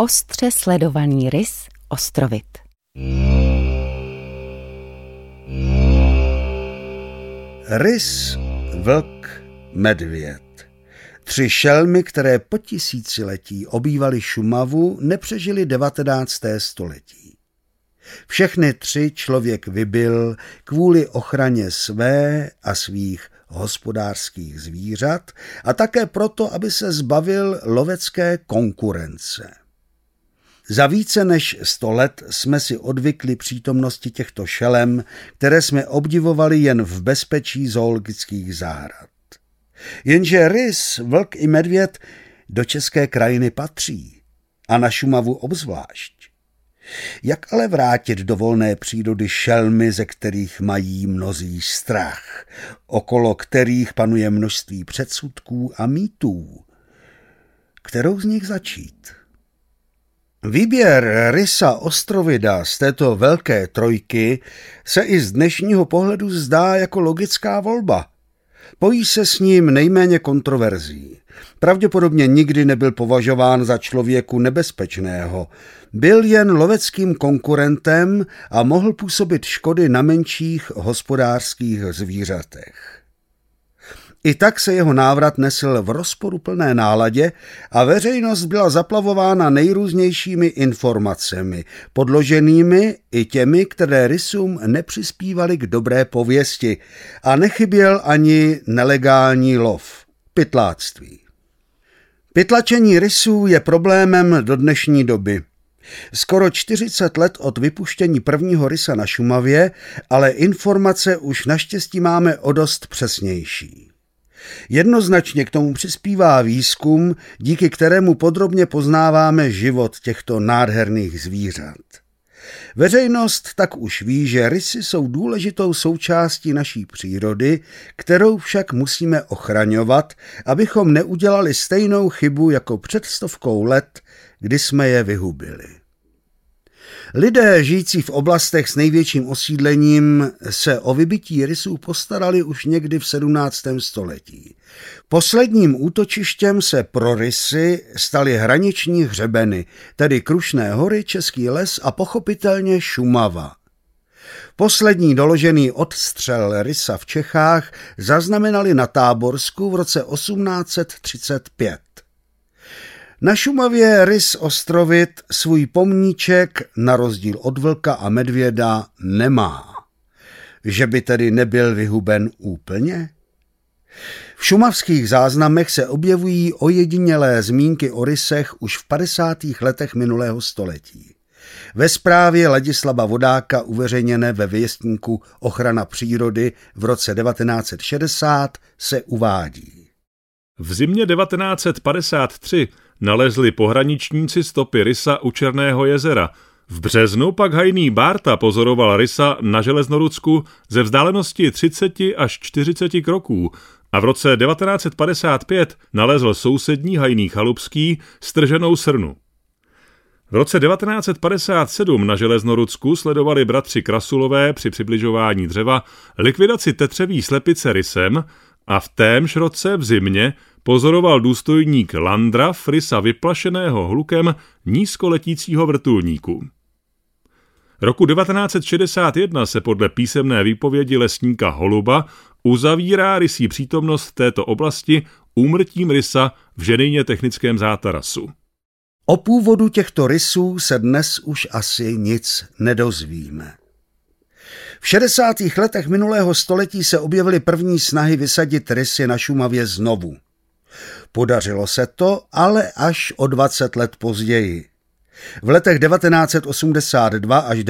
Ostře sledovaný rys Ostrovit. Rys, vlk, medvěd. 3 šelmy, které po tisíciletí obývaly Šumavu, nepřežily 19. století. Všechny 3 člověk vybil kvůli ochraně své a svých hospodářských zvířat a také proto, aby se zbavil lovecké konkurence. Za více než 100 let jsme si odvykli přítomnosti těchto šelem, které jsme obdivovali jen v bezpečí zoologických zahrad. Jenže rys, vlk i medvěd do české krajiny patří a na Šumavu obzvlášť. Jak ale vrátit do volné přírody šelmy, ze kterých mají mnozí strach, okolo kterých panuje množství předsudků a mýtů? Kterou z nich začít? Výběr rysa Ostrovida z této velké trojky se i z dnešního pohledu zdá jako logická volba. Pojí se s ním nejméně kontroverzí. Pravděpodobně nikdy nebyl považován za člověku nebezpečného. Byl jen loveckým konkurentem a mohl působit škody na menších hospodářských zvířatech. I tak se jeho návrat nesl v rozporuplné náladě a veřejnost byla zaplavována nejrůznějšími informacemi, podloženými i těmi, které rysům nepřispívaly k dobré pověsti, a nechyběl ani nelegální lov, pytláctví. Pytlačení rysů je problémem do dnešní doby. Skoro 40 let od vypuštění prvního rysa na Šumavě, ale informace už naštěstí máme o dost přesnější. Jednoznačně k tomu přispívá výzkum, díky kterému podrobně poznáváme život těchto nádherných zvířat. Veřejnost tak už ví, že rysy jsou důležitou součástí naší přírody, kterou však musíme ochraňovat, abychom neudělali stejnou chybu jako před 100 let, kdy jsme je vyhubili. Lidé žijící v oblastech s největším osídlením se o vybytí rysů postarali už někdy v 17. století. Posledním útočištěm se pro rysy staly hraniční hřebeny, tedy Krušné hory, Český les a pochopitelně Šumava. Poslední doložený odstřel rysa v Čechách zaznamenali na Táborsku v roce 1835. Na Šumavě rys Ostrovit svůj pomníček na rozdíl od vlka a medvěda nemá. Že by tedy nebyl vyhuben úplně? V šumavských záznamech se objevují ojedinělé zmínky o rysech už v 50. letech minulého století. Ve zprávě Ladislava Vodáka uveřejněné ve věstníku Ochrana přírody v roce 1960 se uvádí. V zimě 1953 nalezli pohraničníci stopy rysa u Černého jezera. V březnu pak hajný Bárta pozoroval rysa na Železnorudsku ze vzdálenosti 30 až 40 kroků a v roce 1955 nalezl sousední hajný Chalupský strženou srnu. V roce 1957 na Železnorudsku sledovali bratři Krasulové při přibližování dřeva likvidaci tetřeví slepice rysem a v témž roce v zimě pozoroval důstojník Landrav rysa vyplašeného hlukem nízkoletícího vrtulníku. Roku 1961 se podle písemné výpovědi lesníka Holuba uzavírá rysí přítomnost v této oblasti úmrtím rysa v Ženejně technickém zátarasu. O původu těchto rysů se dnes už asi nic nedozvíme. V 60. letech minulého století se objevily první snahy vysadit rysy na Šumavě znovu. Podařilo se to, ale až o 20 let později. V letech 1982 až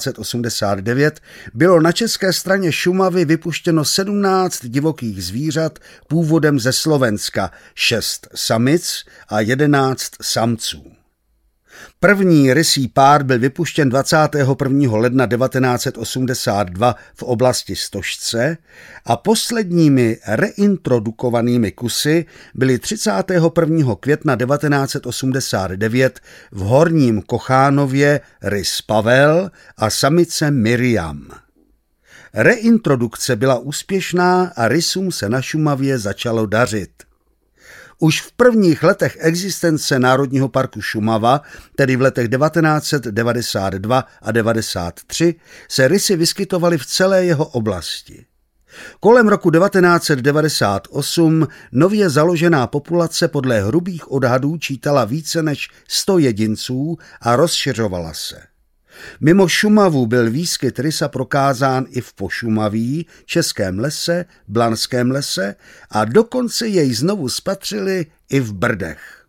1989 bylo na české straně Šumavy vypuštěno 17 divokých zvířat původem ze Slovenska, 6 samic a 11 samců. První rysí pár byl vypuštěn 21. ledna 1982 v oblasti Stožce a posledními reintrodukovanými kusy byly 31. května 1989 v Horním Kochánově rys Pavel a samice Miriam. Reintrodukce byla úspěšná a rysům se na Šumavě začalo dařit. Už v prvních letech existence Národního parku Šumava, tedy v letech 1992 a 1993, se rysy vyskytovaly v celé jeho oblasti. Kolem roku 1998 nově založená populace podle hrubých odhadů čítala více než 100 jedinců a rozšiřovala se. Mimo Šumavu byl výskyt rysa prokázán i v Pošumaví, Českém lese, Blanském lese a dokonce jej znovu spatřili i v Brdech.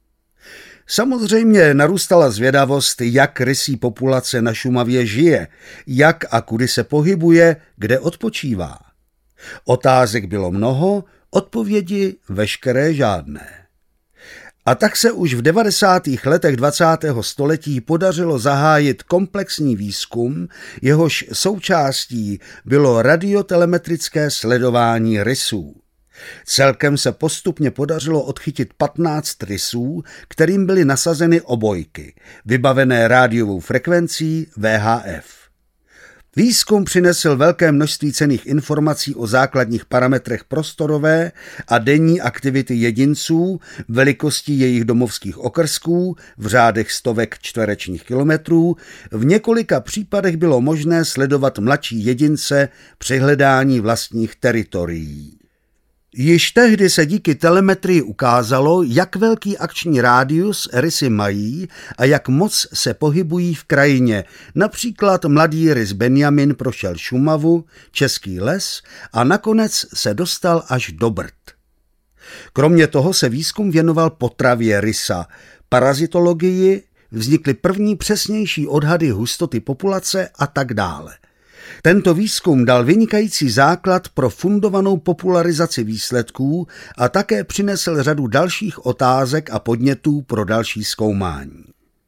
Samozřejmě narůstala zvědavost, jak rysí populace na Šumavě žije, jak a kudy se pohybuje, kde odpočívá. Otázek bylo mnoho, odpovědi veškeré žádné. A tak se už v 90. letech 20. století podařilo zahájit komplexní výzkum, jehož součástí bylo radiotelemetrické sledování rysů. Celkem se postupně podařilo odchytit 15 rysů, kterým byly nasazeny obojky, vybavené rádiovou frekvencí VHF. Výzkum přinesl velké množství cenných informací o základních parametrech prostorové a denní aktivity jedinců, velikosti jejich domovských okrsků v řádech stovek čtverečních kilometrů. V několika případech bylo možné sledovat mladší jedince při hledání vlastních teritorií. Již tehdy se díky telemetrii ukázalo, jak velký akční rádius rysy mají a jak moc se pohybují v krajině. Například mladý rys Benjamin prošel Šumavu, Český les a nakonec se dostal až do Brd. Kromě toho se výzkum věnoval potravě rysa, parazitologii, vznikly první přesnější odhady hustoty populace a tak dále. Tento výzkum dal vynikající základ pro fundovanou popularizaci výsledků a také přinesl řadu dalších otázek a podnětů pro další zkoumání.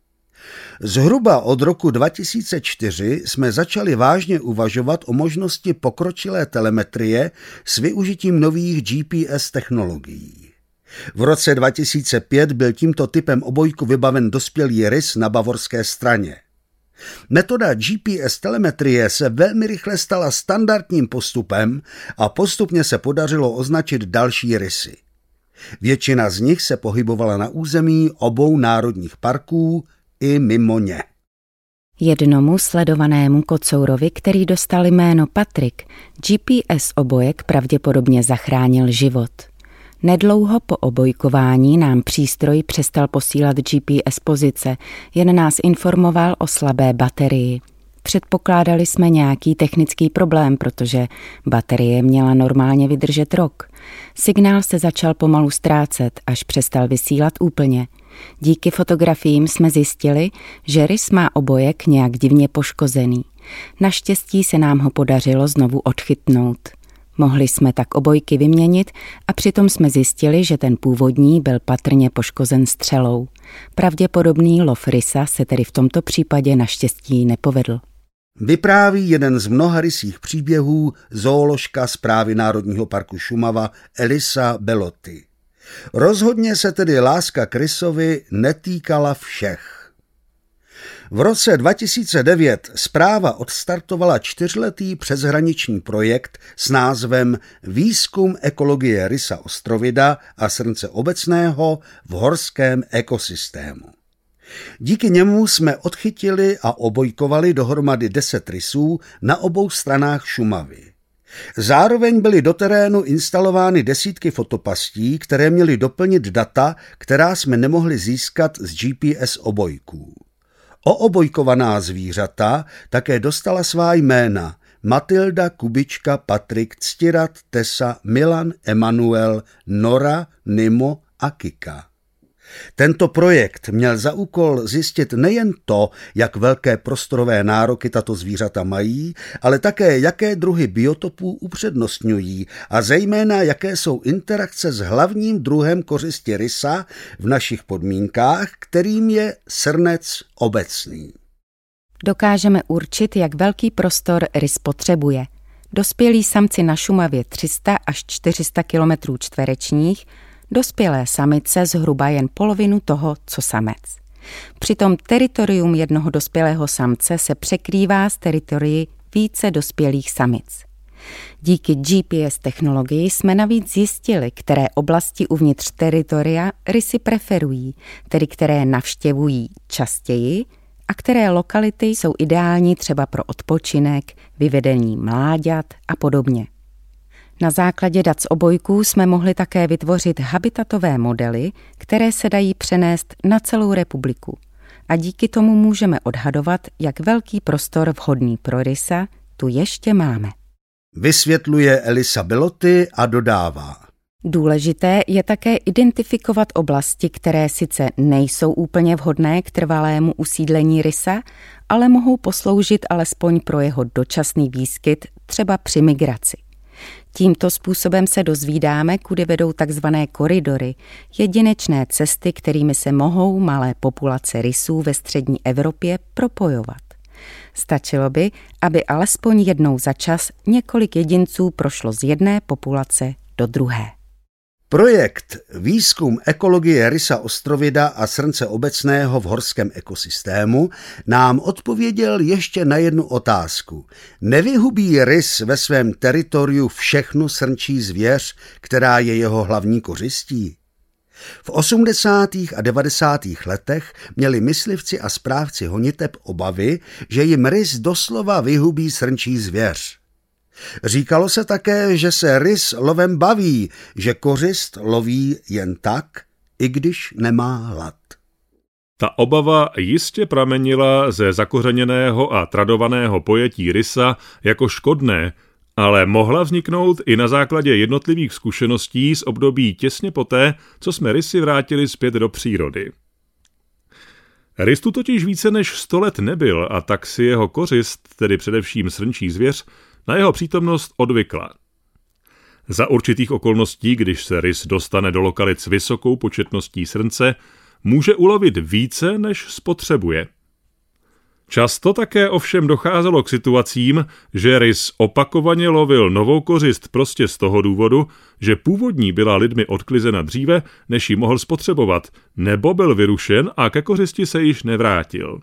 Zhruba od roku 2004 jsme začali vážně uvažovat o možnosti pokročilé telemetrie s využitím nových GPS technologií. V roce 2005 byl tímto typem obojku vybaven dospělý rys na bavorské straně. Metoda GPS telemetrie se velmi rychle stala standardním postupem a postupně se podařilo označit další rysy. Většina z nich se pohybovala na území obou národních parků i mimo ně. Jednomu sledovanému kocourovi, který dostal jméno Patrik, GPS obojek pravděpodobně zachránil život. Nedlouho po obojkování nám přístroj přestal posílat GPS pozice, jen nás informoval o slabé baterii. Předpokládali jsme nějaký technický problém, protože baterie měla normálně vydržet rok. Signál se začal pomalu ztrácet, až přestal vysílat úplně. Díky fotografiím jsme zjistili, že rys má obojek nějak divně poškozený. Naštěstí se nám ho podařilo znovu odchytnout. Mohli jsme tak obojky vyměnit a přitom jsme zjistili, že ten původní byl patrně poškozen střelou. Pravděpodobný lov rysa se tedy v tomto případě naštěstí nepovedl. Vypráví jeden z mnoha rysích příběhů zooložka Správy Národního parku Šumava Elisa Belotti. Rozhodně se tedy láska k rysovi netýkala všech. V roce 2009 správa odstartovala 4letý přeshraniční projekt s názvem Výzkum ekologie rysa ostrovida a srnce obecného v horském ekosystému. Díky němu jsme odchytili a obojkovali dohromady 10 rysů na obou stranách Šumavy. Zároveň byly do terénu instalovány desítky fotopastí, které měly doplnit data, která jsme nemohli získat z GPS obojků. Obojkovaná zvířata také dostala svá jména: Matilda, Kubička, Patrik, Ctirat, Tessa, Milan, Emanuel, Nora, Nimo a Kika. Tento projekt měl za úkol zjistit nejen to, jak velké prostorové nároky tato zvířata mají, ale také jaké druhy biotopů upřednostňují a zejména jaké jsou interakce s hlavním druhem kořisti rysa v našich podmínkách, kterým je srnec obecný. Dokážeme určit, jak velký prostor rys potřebuje. Dospělí samci na Šumavě 300 až 400 km čtverečních, dospělé samice zhruba jen polovinu toho, co samec. Přitom teritorium jednoho dospělého samce se překrývá s teritorii více dospělých samic. Díky GPS technologii jsme navíc zjistili, které oblasti uvnitř teritoria rysy preferují, tedy které navštěvují častěji a které lokality jsou ideální třeba pro odpočinek, vyvedení mláďat a podobně. Na základě dat z obojků jsme mohli také vytvořit habitatové modely, které se dají přenést na celou republiku. A díky tomu můžeme odhadovat, jak velký prostor vhodný pro rysa tu ještě máme. Vysvětluje Elisa Belotti a dodává. Důležité je také identifikovat oblasti, které sice nejsou úplně vhodné k trvalému usídlení rysa, ale mohou posloužit alespoň pro jeho dočasný výskyt, třeba při migraci. Tímto způsobem se dozvídáme, kudy vedou takzvané koridory, jedinečné cesty, kterými se mohou malé populace rysů ve střední Evropě propojovat. Stačilo by, aby alespoň jednou za čas několik jedinců prošlo z jedné populace do druhé. Projekt Výzkum ekologie rysa ostrovida a srnce obecného v horském ekosystému nám odpověděl ještě na jednu otázku. Nevyhubí rys ve svém teritoriu všechnu srnčí zvěř, která je jeho hlavní kořistí? V 80. a 90. letech měli myslivci a správci honiteb obavy, že jim rys doslova vyhubí srnčí zvěř. Říkalo se také, že se rys lovem baví, že kořist loví jen tak, i když nemá hlad. Ta obava jistě pramenila ze zakořeněného a tradovaného pojetí rysa jako škodné, ale mohla vzniknout i na základě jednotlivých zkušeností z období těsně poté, co jsme rysy vrátili zpět do přírody. Rys tu totiž více než 100 let nebyl a tak si jeho kořist, tedy především srnčí zvěř, na jeho přítomnost odvykla. Za určitých okolností, když se rys dostane do lokalit s vysokou početností srnce, může ulovit více, než spotřebuje. Často také ovšem docházelo k situacím, že rys opakovaně lovil novou kořist prostě z toho důvodu, že původní byla lidmi odklizena dříve, než ji mohl spotřebovat, nebo byl vyrušen a ke kořisti se již nevrátil.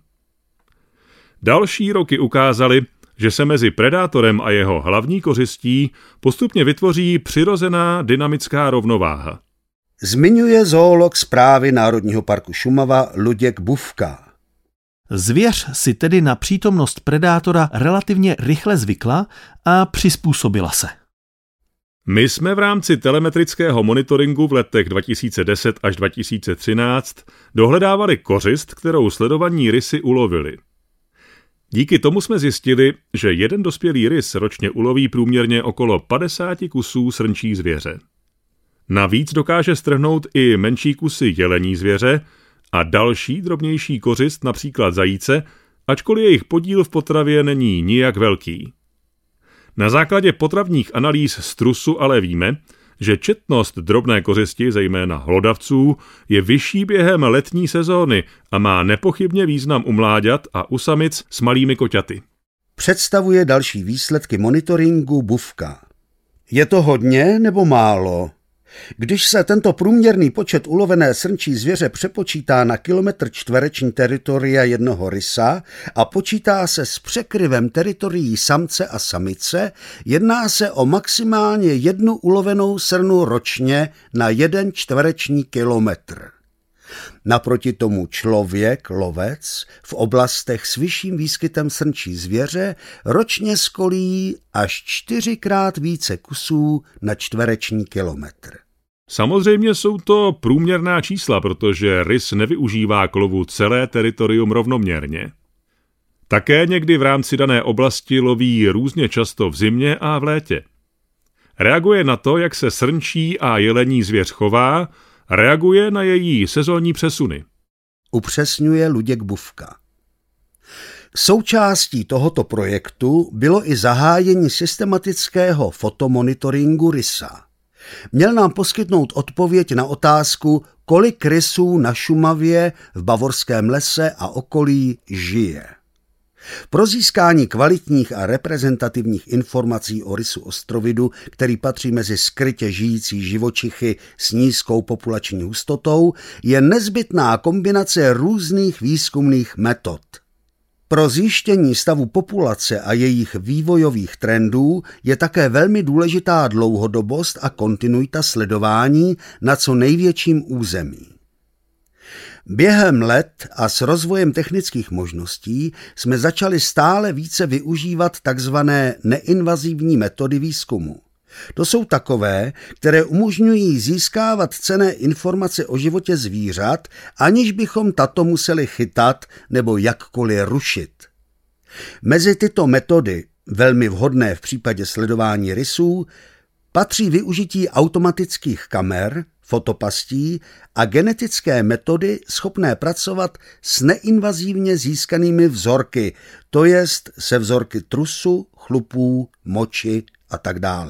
Další roky ukázaly, že se mezi predátorem a jeho hlavní kořistí postupně vytvoří přirozená dynamická rovnováha. Zmiňuje zoolog Správy Národního parku Šumava Luděk Bufka. Zvěř si tedy na přítomnost predátora relativně rychle zvykla a přizpůsobila se. My jsme v rámci telemetrického monitoringu v letech 2010 až 2013 dohledávali kořist, kterou sledovaní rysy ulovili. Díky tomu jsme zjistili, že jeden dospělý rys ročně uloví průměrně okolo 50 kusů srnčí zvěře. Navíc dokáže strhnout i menší kusy jelení zvěře a další drobnější kořist, například zajíce, ačkoliv jejich podíl v potravě není nijak velký. Na základě potravních analýz strusu ale víme, že četnost drobné kořisti, zejména hlodavců, je vyšší během letní sezóny a má nepochybně význam u mláďat a u samic s malými koťaty. Představuje další výsledky monitoringu Bufka. Je to hodně nebo málo? Když se tento průměrný počet ulovené srnčí zvěře přepočítá na kilometr čtvereční teritoria jednoho rysa a počítá se s překryvem teritorií samce a samice, jedná se o maximálně jednu ulovenou srnu ročně na 1 čtvereční kilometr. Naproti tomu člověk, lovec, v oblastech s vyšším výskytem srnčí zvěře ročně skolí až 4krát více kusů na čtvereční kilometr. Samozřejmě jsou to průměrná čísla, protože rys nevyužívá k lovu celé teritorium rovnoměrně. Také někdy v rámci dané oblasti loví různě často v zimě a v létě. Reaguje na to, jak se srnčí a jelení zvěř chová, reaguje na její sezónní přesuny. Upřesňuje Luděk Bufka. Součástí tohoto projektu bylo i zahájení systematického fotomonitoringu rysa. Měl nám poskytnout odpověď na otázku, kolik rysů na Šumavě, v Bavorském lese a okolí žije. Pro získání kvalitních a reprezentativních informací o rysu ostrovidu, který patří mezi skrytě žijící živočichy s nízkou populační hustotou, je nezbytná kombinace různých výzkumných metod. Pro zjištění stavu populace a jejich vývojových trendů je také velmi důležitá dlouhodobost a kontinuita sledování na co největším území. Během let a s rozvojem technických možností jsme začali stále více využívat takzvané neinvazivní metody výzkumu. To jsou takové, které umožňují získávat cenné informace o životě zvířat, aniž bychom tato museli chytat nebo jakkoliv rušit. Mezi tyto metody, velmi vhodné v případě sledování rysů, patří využití automatických kamer, fotopastí a genetické metody schopné pracovat s neinvazivně získanými vzorky, to jest se vzorky trusu, chlupů, moči a tak dále.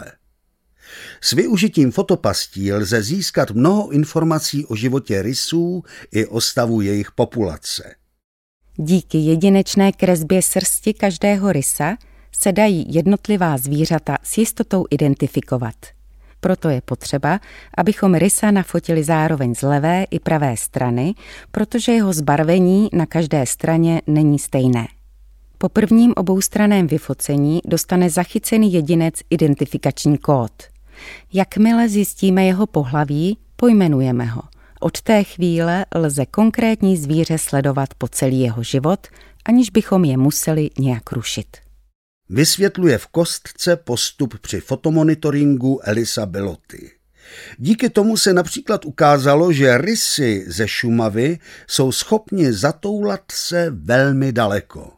S využitím fotopastí lze získat mnoho informací o životě rysů i o stavu jejich populace. Díky jedinečné kresbě srsti každého rysa se dají jednotlivá zvířata s jistotou identifikovat. Proto je potřeba, abychom rysa nafotili zároveň z levé i pravé strany, protože jeho zbarvení na každé straně není stejné. Po prvním oboustranném vyfocení dostane zachycený jedinec identifikační kód. Jakmile zjistíme jeho pohlaví, pojmenujeme ho. Od té chvíle lze konkrétní zvíře sledovat po celý jeho život, aniž bychom je museli nějak rušit. Vysvětluje v kostce postup při fotomonitoringu Elisa Bellotti. Díky tomu se například ukázalo, že rysy ze Šumavy jsou schopni zatoulat se velmi daleko.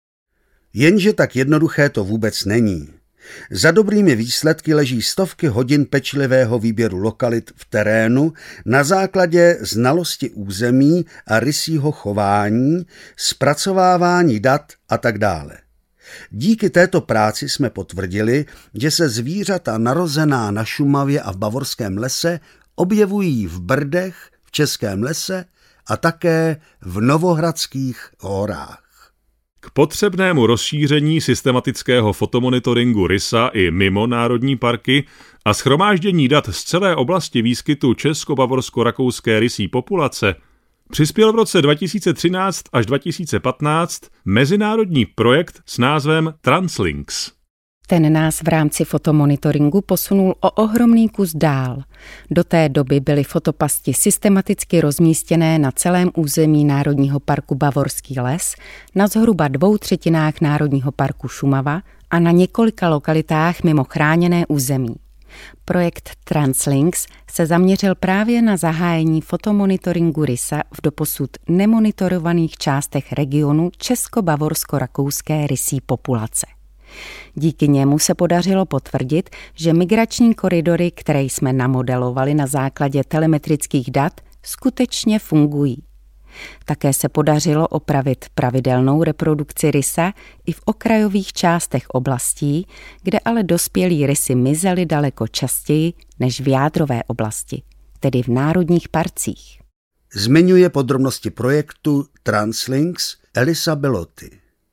Jenže tak jednoduché to vůbec není. Za dobrými výsledky leží stovky hodin pečlivého výběru lokalit v terénu na základě znalosti území a rysího chování, zpracovávání dat a tak dále. Díky této práci jsme potvrdili, že se zvířata narozená na Šumavě a v Bavorském lese objevují v Brdech, v Českém lese a také v Novohradských horách. K potřebnému rozšíření systematického fotomonitoringu rysa i mimo národní parky a shromáždění dat z celé oblasti výskytu česko-bavorsko-rakouské rysí populace přispěl v roce 2013 až 2015 mezinárodní projekt s názvem Translinks. Ten nás v rámci fotomonitoringu posunul o ohromný kus dál. Do té doby byly fotopasti systematicky rozmístěné na celém území Národního parku Bavorský les, na zhruba 2/3 Národního parku Šumava a na několika lokalitách mimo chráněné území. Projekt Translinks se zaměřil právě na zahájení fotomonitoringu rysa v doposud nemonitorovaných částech regionu česko-bavorsko-rakouské rysí populace. Díky němu se podařilo potvrdit, že migrační koridory, které jsme namodelovali na základě telemetrických dat, skutečně fungují. Také se podařilo opravit pravidelnou reprodukci rysa i v okrajových částech oblastí, kde ale dospělí rysy mizely daleko častěji než v jádrové oblasti, tedy v národních parcích. Zmiňuje podrobnosti projektu Translinks Elisa Bellotti.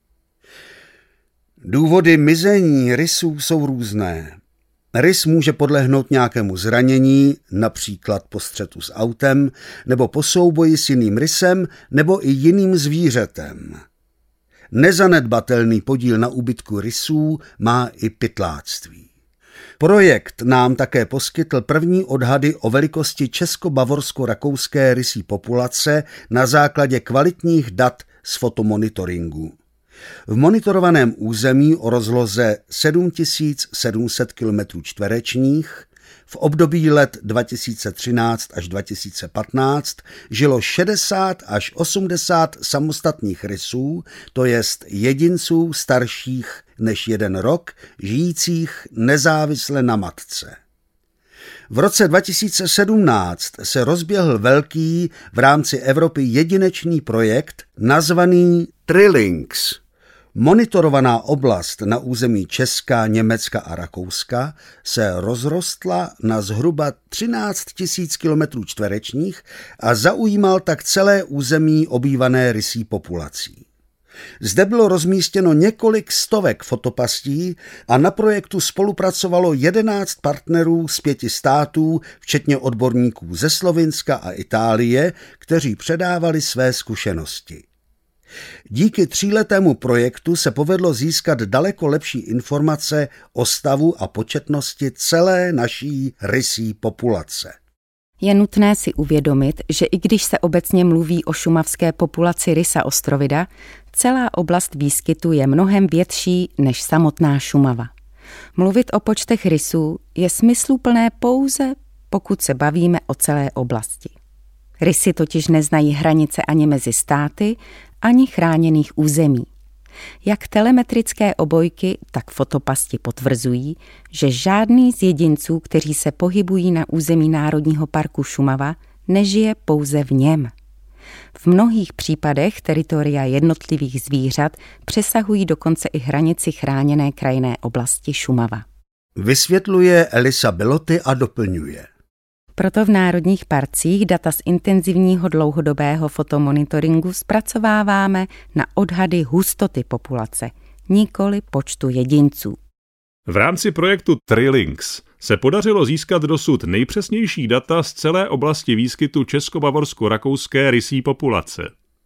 Důvody mizení rysů jsou různé. Rys může podlehnout nějakému zranění, například po střetu s autem, nebo po souboji s jiným rysem, nebo i jiným zvířetem. Nezanedbatelný podíl na úbytku rysů má i pytláctví. Projekt nám také poskytl první odhady o velikosti česko-bavorsko-rakouské rysí populace na základě kvalitních dat z fotomonitoringu. V monitorovaném území o rozloze 7700 km2 v období let 2013 až 2015 žilo 60 až 80 samostatných rysů, to jest jedinců starších než 1 rok, žijících nezávisle na matce. V roce 2017 se rozběhl velký v rámci Evropy jedinečný projekt nazvaný Trilinks. Monitorovaná oblast na území Česka, Německa a Rakouska se rozrostla na zhruba 13 000 km2 a zaujímal tak celé území obývané rysí populací. Zde bylo rozmístěno několik stovek fotopastí a na projektu spolupracovalo 11 partnerů z 5 států, včetně odborníků ze Slovinska a Itálie, kteří předávali své zkušenosti. Díky 3letému projektu se povedlo získat daleko lepší informace o stavu a početnosti celé naší rysí populace. Je nutné si uvědomit, že i když se obecně mluví o šumavské populaci rysa ostrovida, celá oblast výskytu je mnohem větší než samotná Šumava. Mluvit o počtech rysů je smysluplné pouze, pokud se bavíme o celé oblasti. Rysy totiž neznají hranice ani mezi státy, ani chráněných území. Jak telemetrické obojky, tak fotopasti potvrzují, že žádný z jedinců, kteří se pohybují na území Národního parku Šumava, nežije pouze v něm. V mnohých případech teritoria jednotlivých zvířat přesahují dokonce i hranici chráněné krajinné oblasti Šumava. Vysvětluje Elisa Belotti a doplňuje. Proto v národních parcích data z intenzivního dlouhodobého fotomonitoringu zpracováváme na odhady hustoty populace, nikoli počtu jedinců. V rámci projektu TriLinks se podařilo získat dosud nejpřesnější data z celé oblasti výskytu česko-bavorsko-rakouské rysí populace.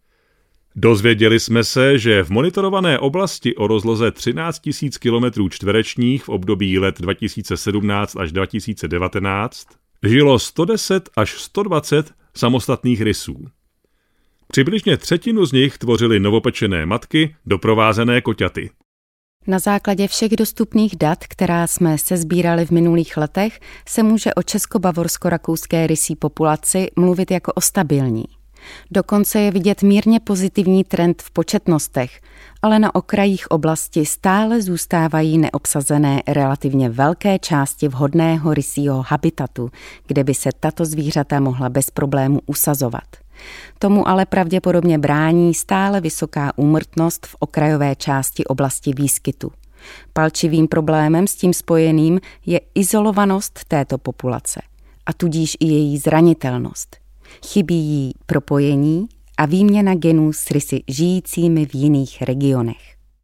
Dozvěděli jsme se, že v monitorované oblasti o rozloze 13 000 km² v období let 2017 až 2019 žilo 110 až 120 samostatných rysů. Přibližně třetinu z nich tvořily novopečené matky doprovázené koťaty. Na základě všech dostupných dat, která jsme sesbírali v minulých letech, se může o česko-bavorsko-rakouské rysí populaci mluvit jako o stabilní. Dokonce je vidět mírně pozitivní trend v početnostech, ale na okrajích oblasti stále zůstávají neobsazené relativně velké části vhodného rysího habitatu, kde by se tato zvířata mohla bez problému usazovat. Tomu ale pravděpodobně brání stále vysoká úmrtnost v okrajové části oblasti výskytu. Palčivým problémem s tím spojeným je izolovanost této populace a tudíž i její zranitelnost. Chybí jí propojení a výměna genů s rysy žijícími v jiných regionech.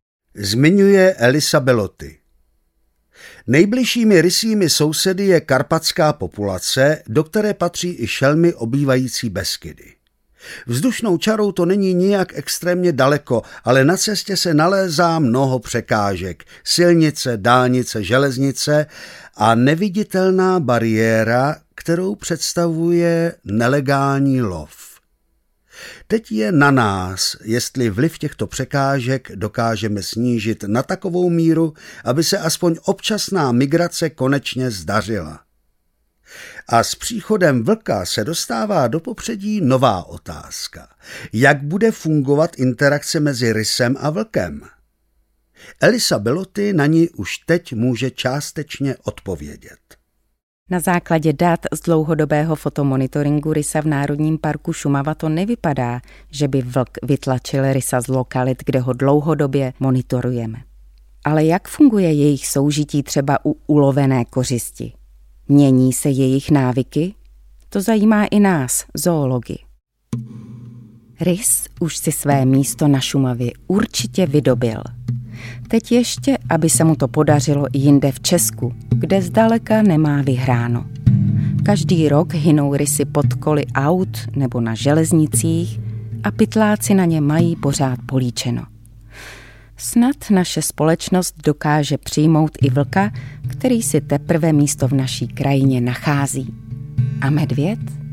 Zmiňuje Elisa Belotti. Nejbližšími rysími sousedy je karpatská populace, do které patří i šelmy obývající Beskydy. Vzdušnou čarou to není nijak extrémně daleko, ale na cestě se nalézá mnoho překážek, silnice, dálnice, železnice a neviditelná bariéra, kterou představuje nelegální lov. Teď je na nás, jestli vliv těchto překážek dokážeme snížit na takovou míru, aby se aspoň občasná migrace konečně zdařila. A s příchodem vlka se dostává do popředí nová otázka. Jak bude fungovat interakce mezi rysem a vlkem? Elisa Belotti na ní už teď může částečně odpovědět. Na základě dat z dlouhodobého fotomonitoringu rysa v Národním parku Šumava to nevypadá, že by vlk vytlačil rysa z lokalit, kde ho dlouhodobě monitorujeme. Ale jak funguje jejich soužití třeba u ulovené kořisti? Mění se jejich návyky? To zajímá i nás, zoology. Rys už si své místo na Šumavě určitě vydobil. Teď ještě, aby se mu to podařilo i jinde v Česku, kde zdaleka nemá vyhráno. Každý rok hynou rysy pod koly aut nebo na železnicích a pytláci na ně mají pořád políčeno. Snad naše společnost dokáže přijmout i vlka, který si teprve místo v naší krajině nachází. A medvěd?